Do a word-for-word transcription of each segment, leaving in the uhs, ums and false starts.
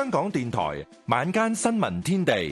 香港電台晚間新聞天地，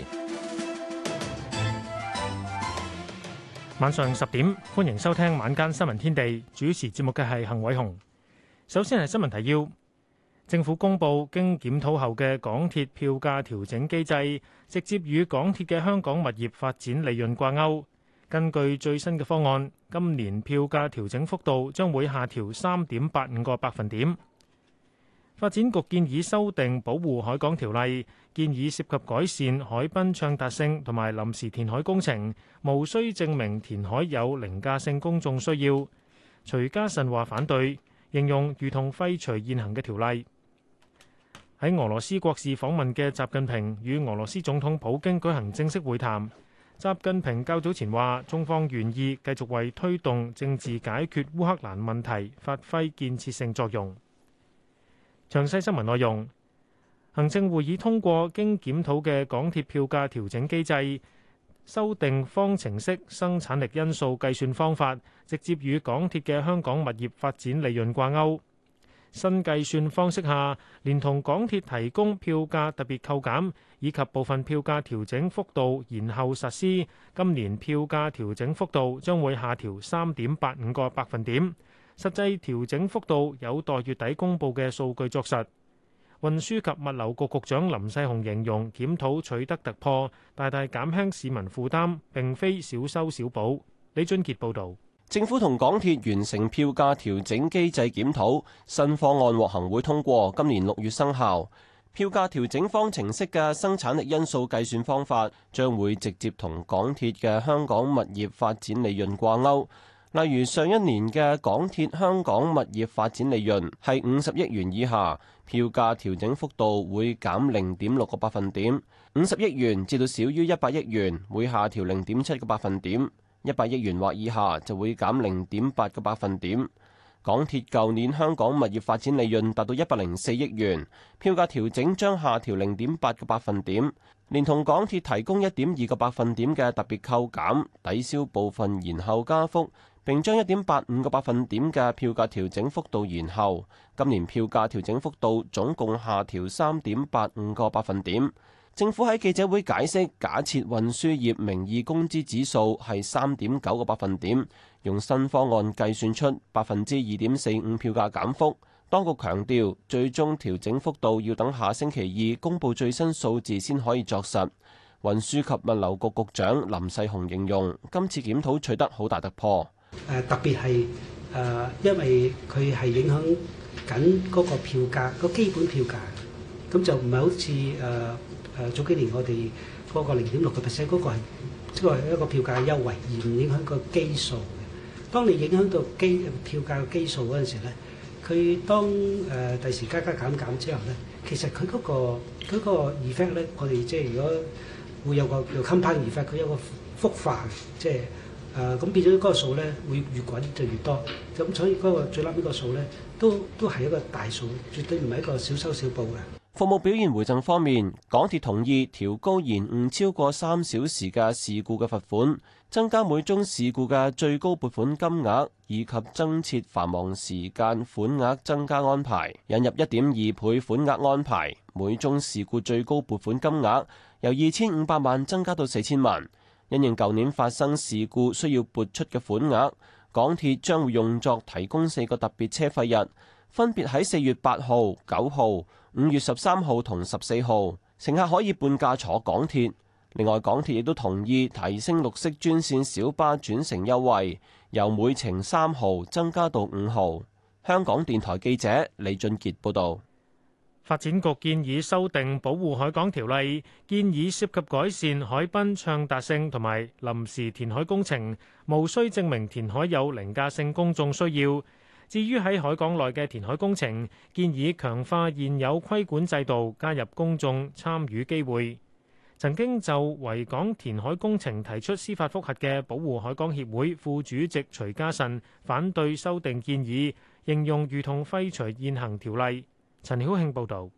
晚上十點，歡迎收聽晚間新聞天地。主持節目嘅係幸偉雄。首先係新聞提要：政府公布經檢討後嘅港鐵票價調整機制，直接與港鐵嘅香港物業發展利潤掛鈎。根據最新嘅方案，今年票價調整幅度將會下調三點八五個百分點。發展局建議修訂保護海港條例，建議涉及改善海濱暢達性同埋臨時填海工程，無需證明填海有凌駕性公眾需要。徐嘉慎話反對，形容如同廢除現行嘅條例。喺俄羅斯國事訪問嘅習近平與俄羅斯總統普京舉行正式會談。習近平較早前話，中方願意繼續為推動政治解決烏克蘭問題發揮建設性作用。詳細新聞內容，行政會議通過經檢討嘅港鐵票價調整機制，修訂方程式生產力因素計算方法，直接與港鐵嘅香港物業發展利潤掛鈎。新計算方式下，連同港鐵提供票價特別扣減以及部分票價調整幅度延後實施，今年票價調整幅度將會下調三點八五個百分點。實際調整幅度有待月底公佈嘅數據作實。運輸及物流局局長林世雄形容檢討取得突破，大大減輕市民負擔，並非小修小補。李俊傑報導。 政府同港鐵完成票價調整機制檢討，新方案獲行會通過，今年六月生效。票價調整方程式嘅生產力因素計算方法將會直接同港鐵嘅香港物業發展利潤掛鈎。例如上一年嘅港鐵香港物業發展利潤係五十億元以下，票價調整幅度會減零點六個百分點；五十億元至到少於一百億元會下調零點七個百分點。一百億元或以下就會減零點八個百分點。港鐵舊年香港物業發展利潤達到一百零四億元，票價調整將下調零點八個百分點，連同港鐵提供一點二個百分點嘅特別扣減，抵消部分延後加幅，並將一點八五個百分點嘅票價調整幅度延後。今年票價調整幅度總共下調三點八五個百分點。政府喺記者會解釋，假設運輸業名義工資指數係三點九個百分點，用新方案計算出百分之二點四五票價減幅。當局強調，最終調整幅度要等下星期二公佈最新數字先可以作實。運輸及物流局局長林世雄形容，今次檢討取得好大突破。 誒特別係誒，因為佢係影響緊嗰個票價，個基本票價，咁就唔係好似誒。呃誒早幾年我哋嗰個零點六個 percent 嗰個係即係一個票價優惠，而唔影響個基數嘅。當你影響到基票價嘅基數嗰陣時咧，佢當誒第時加加減減之後咧，其實佢嗰個佢嗰個 effect 咧，我哋即係如果會有個叫 compound effect，佢有個複化，即係誒咁變咗嗰個數咧會越滾就越多。咁所以嗰個最撚呢個數咧，都都係一個大數，絕對唔係一個小修小補嘅。 服務表現回贈方面，港鐵同意調高延誤超過三小時嘅事故嘅罰款，增加每宗事故嘅最高撥款金額，以及增設繁忙時間款額增加安排，引入一點二倍款額安排，每宗事故最高撥款金額由二千五百萬增加到四千萬。因應舊年發生事故需要撥出嘅款額，港鐵將會用作提供四個特別車費日，分別喺四月八號、九號、五月十三號同十四號，乘客可以半價坐港鐵。另外，港鐵亦都同意提升綠色專線小巴轉乘優惠，由每程三毫增加到五毫。香港電台記者李俊傑報導。 發展局建議修訂保護海港條例，建議涉及改善海濱暢達性同埋臨時填海工程，無需證明填海有凌駕性公眾需要。至於喺海港內嘅填海工程，建議強化現有規管制度，加入公眾參與機會。曾經就維港填海工程提出司法覆核嘅保護海港協會副主席徐嘉慎反對修訂建議，形容如同廢除現行條例。陳曉慶報導。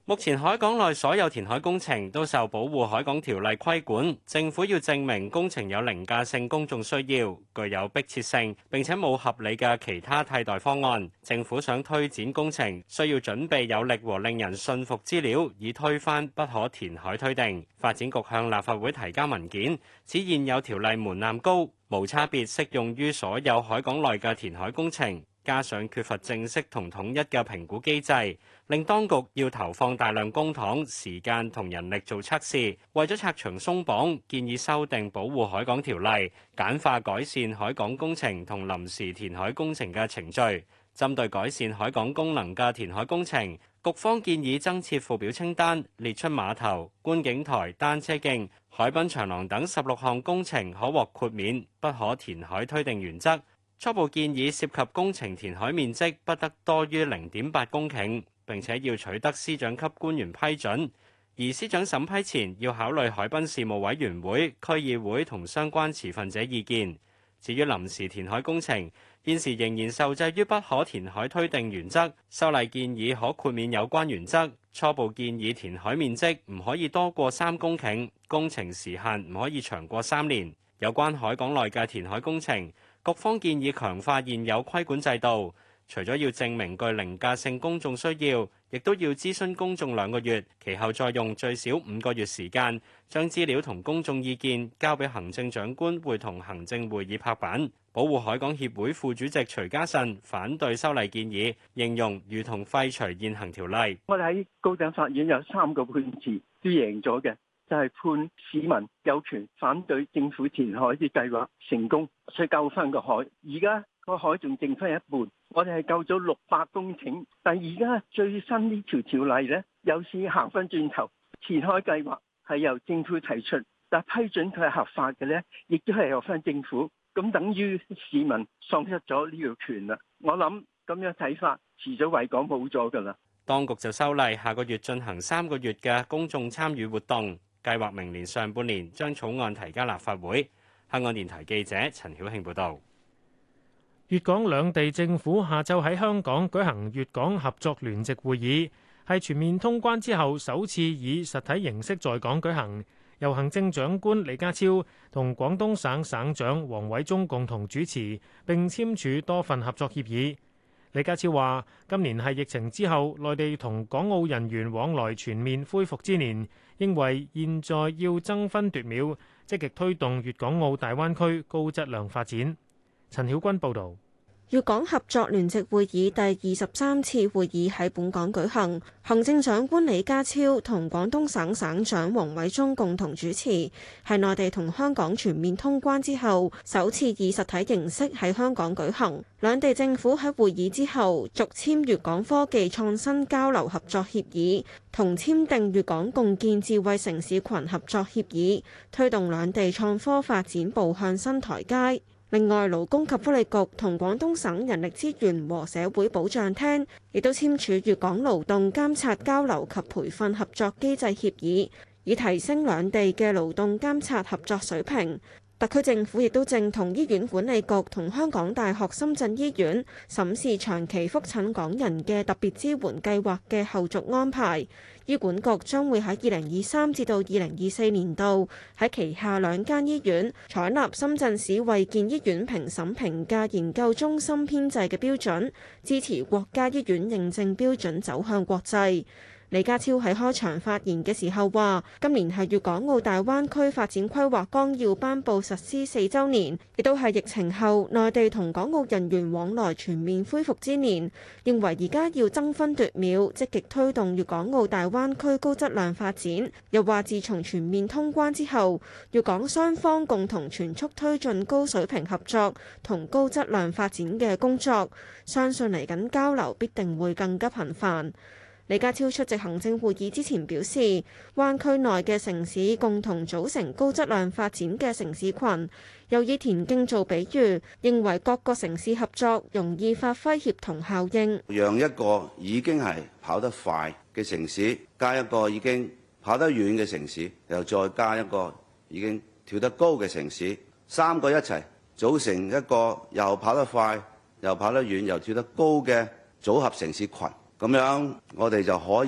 目前海港內所有填海工程都受保護海港條例規管，政府要證明工程有凌駕性公眾需要、具有迫切性，並且冇合理嘅其他替代方案。政府想推展工程，需要準備有力和令人信服資料，以推翻不可填海推定。發展局向立法會提交文件，指現有條例門檻高，無差別適用於所有海港內嘅填海工程。加上缺乏正式同統一嘅評估機制，令當局要投放大量公帑、時間同人力做測試。為咗拆牆鬆綁，建議修訂保護海港條例，簡化改善海港工程同臨時填海工程嘅程序。針對改善海港功能嘅填海工程，局方建議增設附表清單，列出碼頭、觀景台、單車徑、海濱長廊等十六項工程可獲豁免不可填海推定原則。初步建議涉及工程填海面積不得多於零點八公頃，並且要取得司長級官員批准。而司長審批前要考慮海濱事務委員會、區議會同相關持份者意見。至於臨時填海工程，現時仍然受制於不可填海推定原則，修例建議可豁免有關原則。初步建議填海面積唔可以多過三公頃，工程時限唔可以長過三年。有關海港內嘅填海工程，局方建議強化現有規管制度，除咗要證明具凌駕性公眾需要，亦都要諮詢公眾兩個月，其後再用最少五個月時間，將資料同公眾意見交俾行政長官會同行政會議拍板。保護海港協會副主席徐家慎反對修例建議，形容如同廢除現行條例。 我哋喺高等法院有三個判詞都贏咗嘅。就係判市民有權反對政府填海嘅計劃成功，所以救翻個海。而家個海仲剩翻一半，我哋係救咗六百公頃。但係而家最新呢條條例呢，有時行翻轉頭，填海計劃係由政府提出，但批准佢係合法嘅呢，亦都係由翻政府。咁等於市民喪失咗呢條權啦。我諗咁樣睇法，遲早維港冇咗㗎啦。 當局就修例，下個月進行三個月嘅公眾參與活動。計劃明年上半年將草案提交立法會。香港電台記者陳曉慶報導。 粵港兩地政府下晝喺香港舉行粵港合作聯席會議，係全面通關之後首次以實體形式在港舉行。由行政長官李家超同廣東省省長黃偉忠共同主持並簽署多份合作協議。李家超話：今年係疫情之後內地同港澳人員往來全面恢復之年，認為現在要爭分奪秒，積極推動粵港澳大灣區高質量發展。陳曉君報導。 粵港合作聯席會議第二十三次會議喺本港舉行，行政長官李家超同廣東省省長黃偉忠共同主持，係內地同香港全面通關之後首次以實體形式喺香港舉行。兩地政府喺會議之後續簽粵港科技創新交流合作協議，同簽訂粵港共建智慧城市群合作協議，推動兩地創科發展步向新台階。另外，勞工及福利局同廣東省人力資源和社會保障廳亦都簽署粵港勞動監察交流及培訓合作機制協議，以提升兩地嘅勞動監察合作水平。特區政府亦都正同醫院管理局同香港大學深圳醫院審視長期覆診港人嘅特別支援計劃嘅後續安排。醫管局將會喺二零二三至到二零二四年度喺旗下兩間醫院採納深圳市衛健醫院評審評價研究中心編制嘅標準，支持國家醫院認證標準走向國際。李家超喺開場發言嘅時候話：今年係粵港澳大灣區發展規劃綱要頒布實施四週年，亦都係疫情後內地同港澳人員往來全面恢復之年。認為而家要爭分奪秒，積極推動粵港澳大灣區高質量發展。又話自從全面通關之後，粵港雙方共同全速推進高水平合作同高質量發展嘅工作，相信嚟緊交流必定會更加頻繁。李家超出席行政會議之前表示，灣區內嘅城市共同組成高質量發展嘅城市群，又以田徑做比喻，認為各個城市合作容易發揮協同效應， 讓一個已經係跑得快嘅城市加一個已經跑得遠嘅城市，又再加一個已經跳得高嘅城市，三個一齊組成一個又跑得快又跑得遠又跳得高嘅組合城市群。咁樣我哋就可以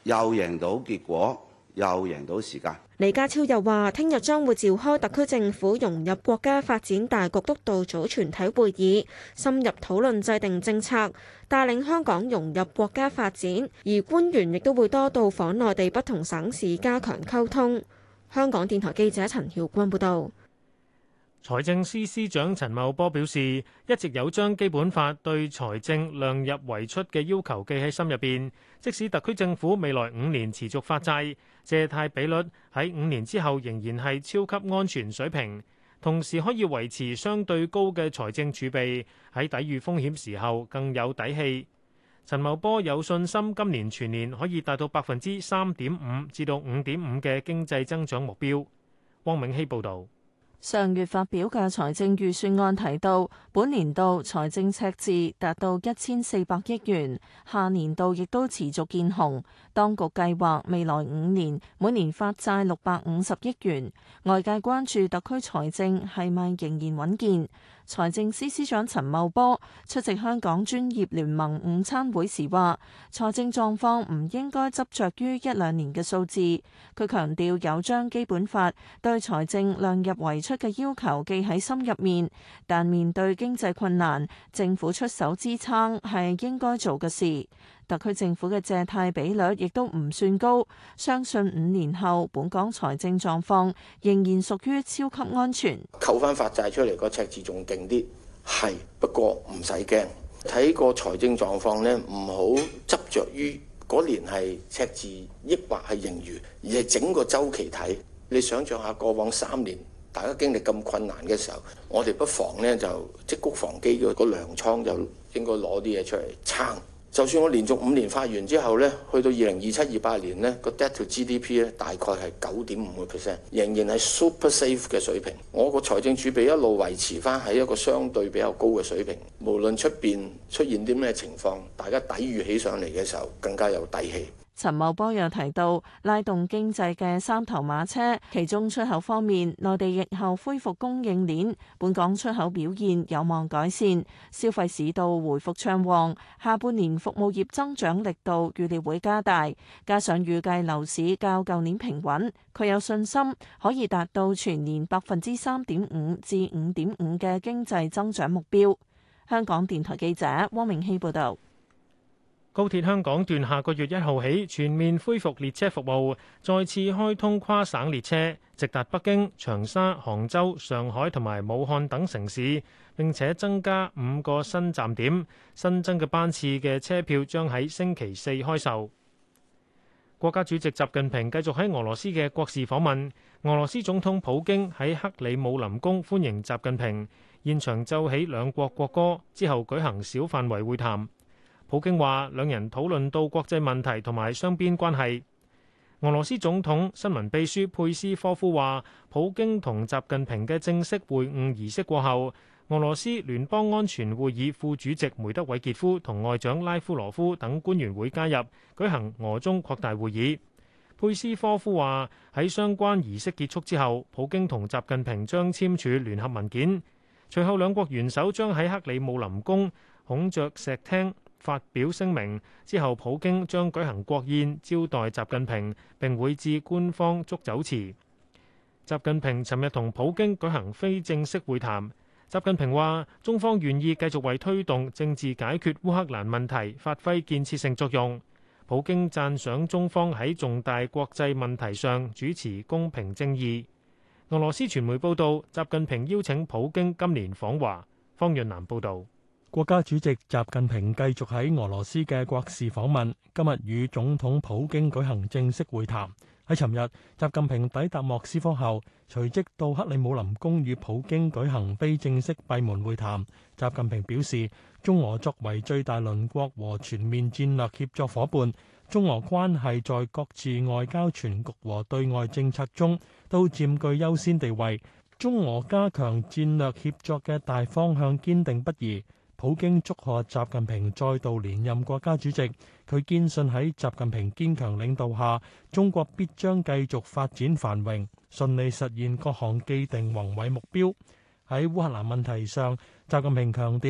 又贏到結果，又贏到時間。 李家超又話，聽日將會召開特區政府融入國家發展大局督導組全體會議，深入討論制定政策，帶領香港融入國家發展。而官員亦都會多到訪內地不同省市，加強溝通。香港電台記者陳曉君報導。 財政司司長陳茂波表示，一直有將基本法對財政量入為出嘅要求記喺心入邊，即使特區政府未來五年持續發債，借貸比率喺五年之後仍然係超級安全水平，同時可以維持相對高嘅財政儲備，喺抵禦風險時候更有底氣。陳茂波有信心今年全年可以達到百分之三點五至到五點五嘅經濟增長目標。汪永熙報導。 上月發表嘅財政預算案提到，本年度財政赤字達到一千四百億元，下年度亦都持續見紅。當局計劃未來五年每年發債六百五十億元，外界關注特區財政係咪仍然穩健。財政司司長陳茂波出席香港專業聯盟午餐會時話，財政狀況唔應該執着於一兩年嘅數字。佢強調有將基本法對財政量入為出嘅要求記喺心入面，但面對經濟困難，政府出手支撐係應該做嘅事。特區政府嘅借貸比率亦都唔算高，相信五年後本港財政狀況仍然屬於超級安全。 扣翻發債出嚟個赤字仲勁啲，係，不過唔使驚，睇個財政狀況呢，唔好執着於嗰年係赤字抑或係盈餘，而係整個週期睇。你想象下過往三年大家經歷咁困難嘅時候，我哋不妨呢就積谷防饑嘅個糧倉就應該攞啲嘢出嚟撐。就算我連續五年發完之後呢，去到二零二七、二八年呢個 debt to G D P 咧大概係九點五個 percent， 仍然係 super safe 嘅水平。我個財政儲備一路維持翻喺一個相對比較高嘅水平，無論出邊出現啲咩情況，大家抵禦起上嚟嘅時候更加有底氣。 陳茂波又提到，拉動經濟嘅三頭馬車，其中出口方面，內地疫後恢復供應鏈，本港出口表現有望改善，消費市道回復暢旺，下半年服務業增長力度預料會加大，加上預計樓市較舊年平穩，佢有信心可以達到全年百分之三點五至五點五嘅經濟增長目標。香港電台記者汪明希報導。 高鐵香港段下個月一號起全面恢復列車服務，再次開通跨省列車，直達北京、長沙、杭州、上海同埋武漢等城市，並且增加五個新站點。新增嘅班次嘅車票將喺星期四開售。國家主席習近平繼續喺俄羅斯嘅國事訪問，俄羅斯總統普京喺克里姆林宮歡迎習近平，現場奏起兩國國歌，之後舉行小範圍會談。普京話兩人討論到國際問題同埋雙邊關係。俄羅斯總統新聞秘書佩斯科夫話，普京同習近平嘅正式會晤儀式過後，俄羅斯聯邦安全會議副主席梅德韋傑夫同外長拉夫羅夫等官員會加入，舉行俄中擴大會議。佩斯科夫話喺相關儀式結束之後，普京同習近平將簽署聯合文件，隨後兩國元首將喺克里姆林宮孔雀石廳發表聲明，之後普京將舉行國宴招待習近平，並會致官方祝酒詞。習近平尋日同普京舉行非正式會談。習近平話：中方願意繼續為推動政治解決烏克蘭問題發揮建設性作用。普京讚賞中方喺重大國際問題上主持公平正義。俄羅斯傳媒報道，習近平邀請普京今年訪華。方潤南報導。 國家主席習近平繼續喺俄羅斯嘅國事訪問，今日與總統普京舉行正式會談。喺尋日，習近平抵達莫斯科後，隨即到克里姆林宮與普京舉行非正式閉門會談。習近平表示，中俄作為最大鄰國和全面戰略協作夥伴，中俄關係在各自外交全局和對外政策中都佔據優先地位。中俄加強戰略協作嘅大方向堅定不移。普京祝賀習近平再度連任國家主席，佢堅信喺習近平堅強領導下，中國必將繼續發展繁榮，順利實現各項既定宏偉目標。喺烏克蘭問題上，習近平強調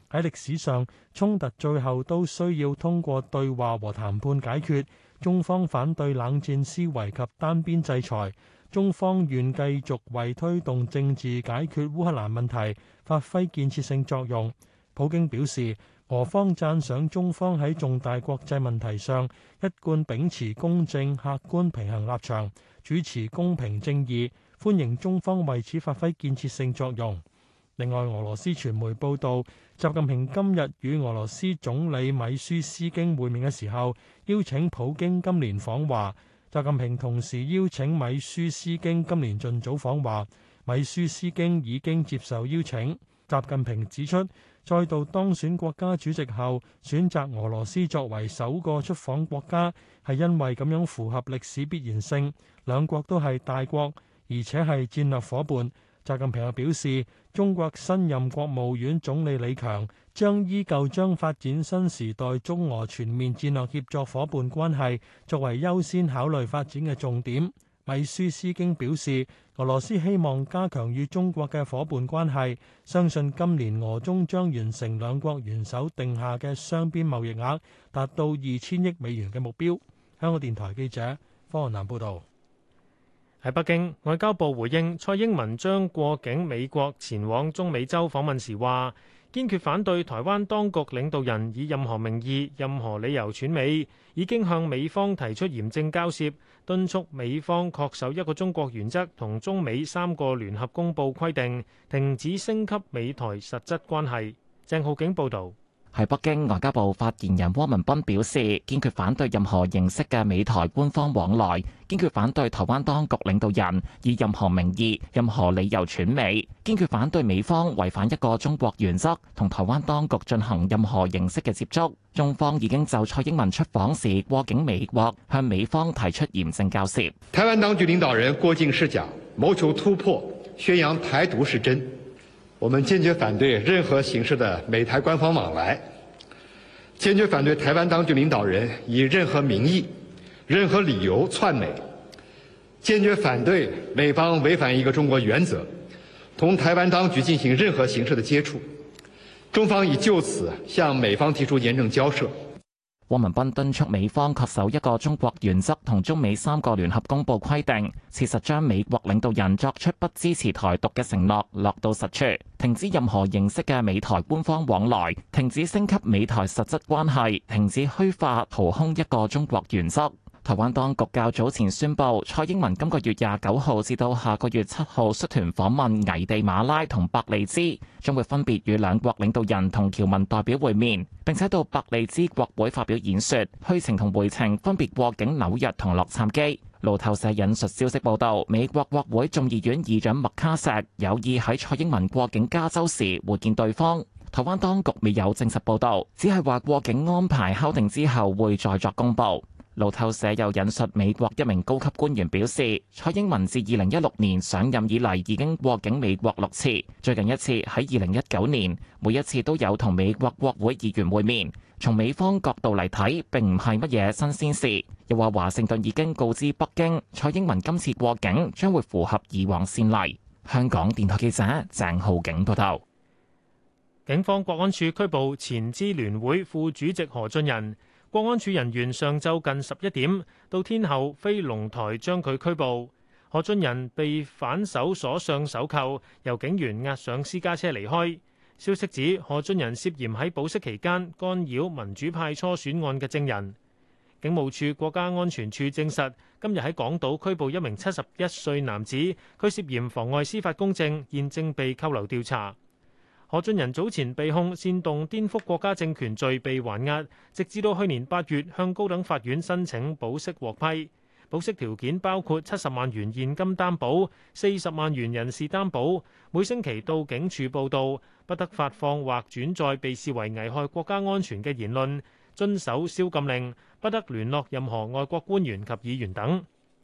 喺歷史上，衝突最後都需要通過對話和談判解決。中方反對冷戰思維及單邊制裁，中方願繼續為推動政治解決烏克蘭問題發揮建設性作用。普京表示，俄方讚賞中方喺重大國際問題上一貫秉持公正、客觀、平衡立場，主持公平正義，歡迎中方為此發揮建設性作用。另外，俄羅斯傳媒報道，習近平今日與俄羅斯總理米舒斯京會面嘅時候，邀請普京今年訪華。習近平同時邀請米舒斯京今年盡早訪華。米舒斯京已經接受邀請。習近平指出，再度當選國家主席後，選擇俄羅斯作為首個出訪國家，係因為咁樣符合歷史必然性。兩國都係大國，而且係戰略夥伴。習近平又表示，中國新任國務院總理李強將依舊將發展新時代中俄全面戰略協作夥伴關係作為優先考慮發展嘅重點。米舒斯京表示，俄羅斯希望加強與中國嘅夥伴關係，相信今年俄中將完成兩國元首定下嘅雙邊貿易額達到二千億美元嘅目標。香港電台記者方雲南報導。 喺北京，外交部回應蔡英文將過境美國前往中美洲訪問時話，堅決反對台灣當局領導人以任何名義、任何理由竄美，已經向美方提出嚴正交涉，敦促美方恪守一個中國原則同中美三個聯合公報規定，停止升級美台實質關係。鄭浩景報導。 喺北京，外交部發言人汪文斌表示，堅決反對任何形式嘅美台官方往來，堅決反對台灣當局領導人以任何名義、任何理由竄美，堅決反對美方違反一個中國原則同台灣當局進行任何形式嘅接觸。中方已經就蔡英文出訪時過境美國，向美方提出嚴正交涉。 台灣當局領導人過境是假，謀求突破，宣揚台獨是真。我們堅決反對任何形式的美台官方往來，堅決反對台灣當局領導人以任何名義、任何理由竄美，堅決反對美方違反一個中國原則，同台灣當局進行任何形式的接觸。中方已就此向美方提出嚴正交涉。 汪文斌敦促美方恪守一個中國原則同中美三個聯合公報規定，切實將美國領導人作出不支持台獨嘅承諾落到實處，停止任何形式嘅美台官方往來，停止升級美台實質關係，停止虛化掏空一個中國原則。台灣當局較早前宣布，蔡英文今個月廿九號至到下個月七號率團訪問危地馬拉同伯利茲，將會分別與兩國領導人同僑民代表會面，並且到伯利茲國會發表演說，去程同回程分別過境紐約同洛杉磯。路透社引述消息報道，美國國會眾議院議長麥卡錫有意喺蔡英文過境加州時會見對方。台灣當局未有證實報道，只係話過境安排敲定之後會再作公佈。路透社又引述美國一名高級官員表示，蔡英文自二零一六年上任以嚟已經過境美國六次，最近一次喺二零一九年，每一次都有同美國國會議員會面。從美方角度嚟睇，並唔係乜嘢新鮮事。又話華盛頓已經告知北京，蔡英文今次過境將會符合以往先例。香港電台記者鄭浩景報道。 警方國安處拘捕前支聯會副主席何俊仁。國安處人員上晝近十一點到天后飛龍台將佢拘捕。何俊仁被反手鎖上手扣，由警員押上私家車離開。消息指何俊仁涉嫌喺保釋期間干擾民主派初選案嘅證人。警務處國家安全處證實，今日喺港島拘捕一名七十一歲男子，佢涉嫌妨礙司法公正，現正被扣留調查。何俊仁早前被控煽動顛覆國家政權罪被還押，直至到去年八月向高等法院申請保釋獲批。保釋條件包括七十萬元現金擔保、四十萬元人事擔保，每星期到警署報到，不得發放或轉載被視為危害國家安全嘅言論，遵守宵禁令，不得聯絡任何外國官員及議員等。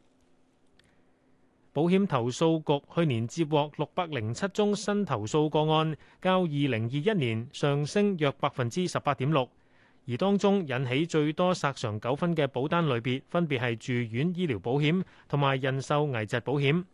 保險投訴局去年接獲六百零七宗新投訴個案，較二零二一年上升約百分之十八點六。而當中引起最多索償糾紛嘅保單類別，分別係住院醫療保險同埋人壽危疾保險。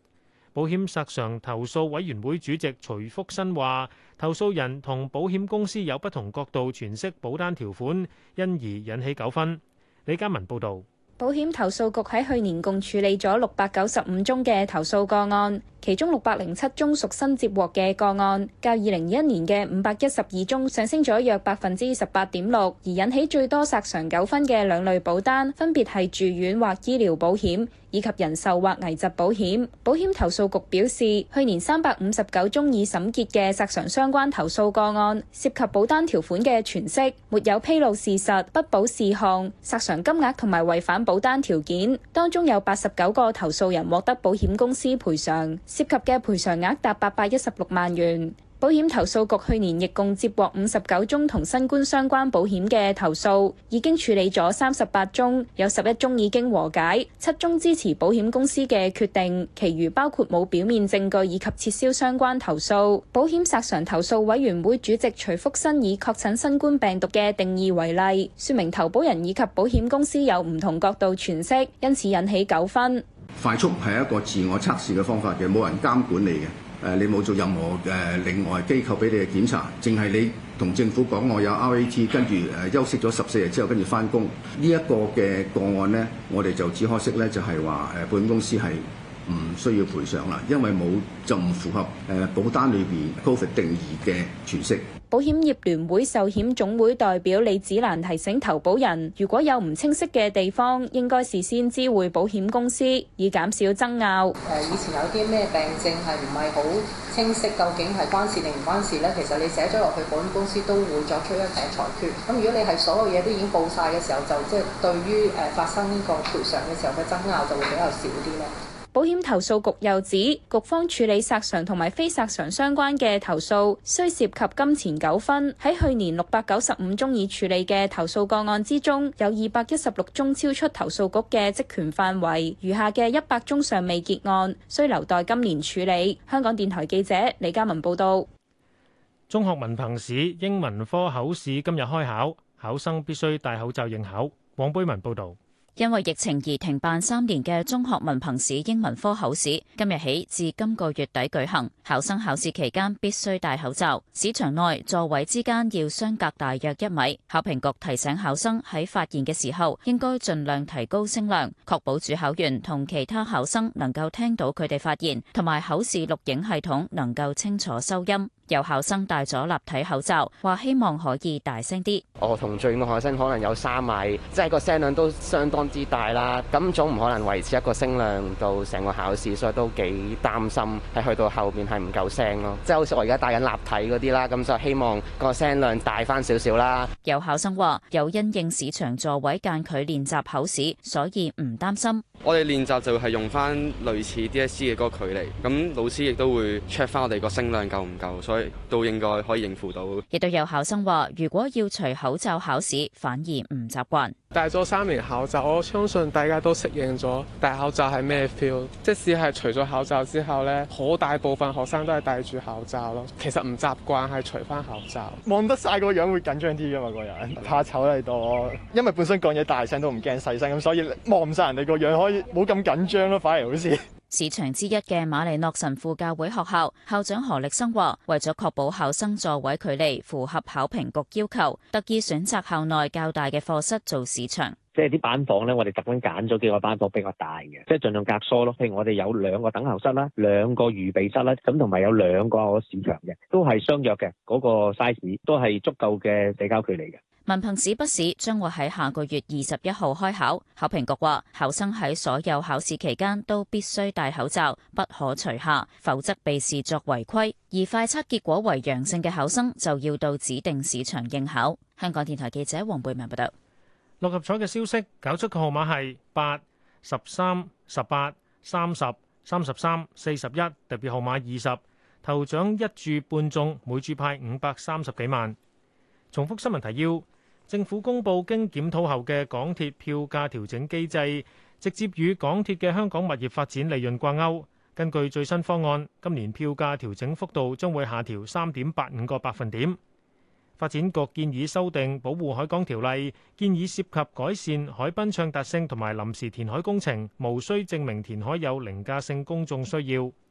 保險索償投訴委員會主席徐福新話，投訴人同保險公司有不同角度詮釋保單條款，因而引起糾紛。李嘉文報導。 保險投訴局喺去年共處理咗六百九十五宗嘅投訴個案，其中六百零七宗屬新接獲嘅個案，較二零二一年嘅五百一十二宗上升咗約百分之十八點六。而引起最多索償糾紛嘅兩類保單，分別係住院或醫療保險以及人壽或危疾保險。保險投訴局表示，去年三百五十九宗已審結嘅索償相關投訴個案，涉及保單條款嘅詮釋沒有披露事實、不保事項、索償金額同埋違反保單條件。當中有八十九個投訴人獲得保險公司賠償，涉及嘅賠償額達八百一十六萬元。保險投訴局去年亦共接獲五十九宗同新冠相關保險嘅投訴，已經處理咗三十八宗，有十一宗已經和解，七宗支持保險公司嘅決定，其餘包括冇表面證據以及撤銷相關投訴。保險索償投訴委員會主席徐福新以確診新冠病毒嘅定義為例，說明投保人以及保險公司有唔同角度詮釋，因此引起糾紛。 快速係一個自我測試嘅方法嘅，冇人監管你嘅。誒，你冇做任何誒另外機構俾你嘅檢查，淨係你同政府講我有 R A T， 跟住誒休息咗十四日之後，跟住翻工。呢一個嘅個案呢，我哋就只可惜咧，就係話誒保險公司係唔需要賠償啦，因為冇就唔符合誒保單裏邊 COVID 定義嘅詮釋。 保險業聯會壽險總會代表李子蘭提醒投保人，如果有唔清晰嘅地方，應該事先知會保險公司，以減少爭拗。 誒，以前有啲咩病症係唔係好清晰，究竟係關事定唔關事呢？其實你寫咗落去，保險公司都會作出一個裁決。咁如果你係所有嘢都已經報晒嘅時候，就即係對於誒發生呢個賠償嘅時候嘅爭拗就會比較少啲咯。 保險投訴局又指，局方處理索償同埋非索償相關嘅投訴，需涉及金錢糾紛。喺去年六百九十五宗已處理嘅投訴個案之中，有二百一十六宗超出投訴局嘅職權範圍，餘下嘅一百宗尚未結案，需留待今年處理。香港電台記者李嘉文報道。 中學文憑試英文科口試今日開考，考生必須戴口罩應考。黃貝文報道。 因為疫情而停辦三年嘅中學文憑試英文科口試，今日起至今個月底舉行。考生考試期間必須戴口罩，試場內座位之間要相隔大約一米。考評局提醒考生喺發言嘅時候，應該盡量提高聲量，確保主考員同其他考生能夠聽到佢哋發言，同埋口試錄影系統能夠清楚收音。有考生戴咗立體口罩，話希望可以大聲啲。 我同最五學生可能有三米，即係個聲量都相當之大啦。咁總唔可能維持一個聲量到成個考試，所以都幾擔心係去到後邊係唔夠聲咯。即係好似我而家戴緊立體嗰啲啦，咁就希望個聲量大翻少少啦。 有考生話有因應試場座位間距練習口試，所以唔擔心。 我哋練習就係用翻類似 D S E 嘅嗰個距離，咁老師亦都會 check 翻我哋個聲量夠唔夠，所以都應該可以應付到。 亦都有考生話，如果要除口罩考試，反而唔習慣。 戴咗三年口罩，我相信大家都適應咗戴口罩係咩 feel。即使係除咗口罩之後呢，好大部分學生都係戴住口罩咯。其實唔習慣係除翻口罩，望得晒個樣會緊張啲㗎嘛，個人怕醜嚟到。因為本身講嘢大聲都唔驚細聲咁，所以望唔晒人哋個樣可以冇咁緊張咯，反而好似。 試場之一嘅馬利諾神父教會學校校長何力生話，為咗確保考生座位距離符合考評局要求，特意選擇校內較大嘅課室做試場。 即係啲班房咧，我哋特登揀咗幾個班房比較大嘅，即係盡量隔疏咯。譬如我哋有兩個等候室啦，兩個預備室啦，咁同埋有兩個試場嘅，都係相約嘅，嗰個 size 都係足夠嘅社交距離嘅。 文憑試筆試將會喺下個月二十一號開考，考評局話考生喺所有考試期間都必須戴口罩，不可除下，否則被視作違規。而快測結果為陽性嘅考生就要到指定試場應考。香港電台記者黃貝文報道。 六合彩嘅消息，搞出嘅號碼係八、十三、十八、三十、三十三、四十一，特別號碼二十。頭獎一注半中，每注派五百三十幾萬。重複新聞提要。政府公布經檢討後嘅港鐵票價調整機制，直接與港鐵嘅香港物業發展利潤掛鈎。根據最新方案，今年票價調整幅度將會下調三點八五個百分點。發展局建議修訂保護海港條例，建議涉及改善海濱暢達性同埋臨時填海工程，無需證明填海有凌駕性公眾需要。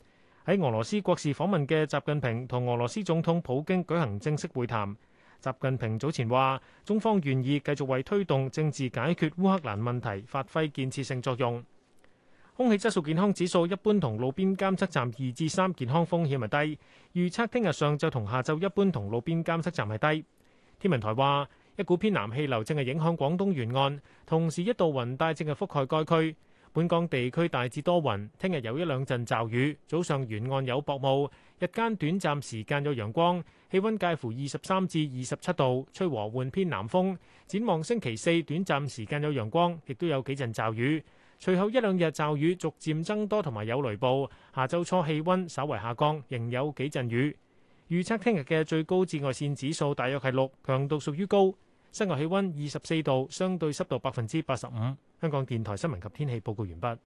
喺俄羅斯國事訪問嘅習近平同俄羅斯總統普京舉行正式會談。習近平早前話，中方願意繼續為推動政治解決烏克蘭問題發揮建設性作用。空氣質素健康指數一般同路邊監測站二至三，健康風險係低。預測聽日上晝同下晝一般同路邊監測站係低。天文台話，一股偏南氣流正係影響廣東沿岸，同時一道雲帶正係覆蓋該區。本港地區大致多雲，聽日有一兩陣驟雨，早上沿岸有薄霧，日間短暫時間有陽光，氣温介乎二十三至二十七度，吹和緩偏南風。展望星期四短暫時間有陽光，亦都有幾陣驟雨。隨後一兩日驟雨逐漸增多，同埋有雷暴。下週初氣温稍為下降，仍有幾陣雨。預測聽日嘅最高紫外線指數大約係六，強度屬於高。室外氣温二十四度，相對濕度百分之八十五。香港電台新聞及天氣報告完畢。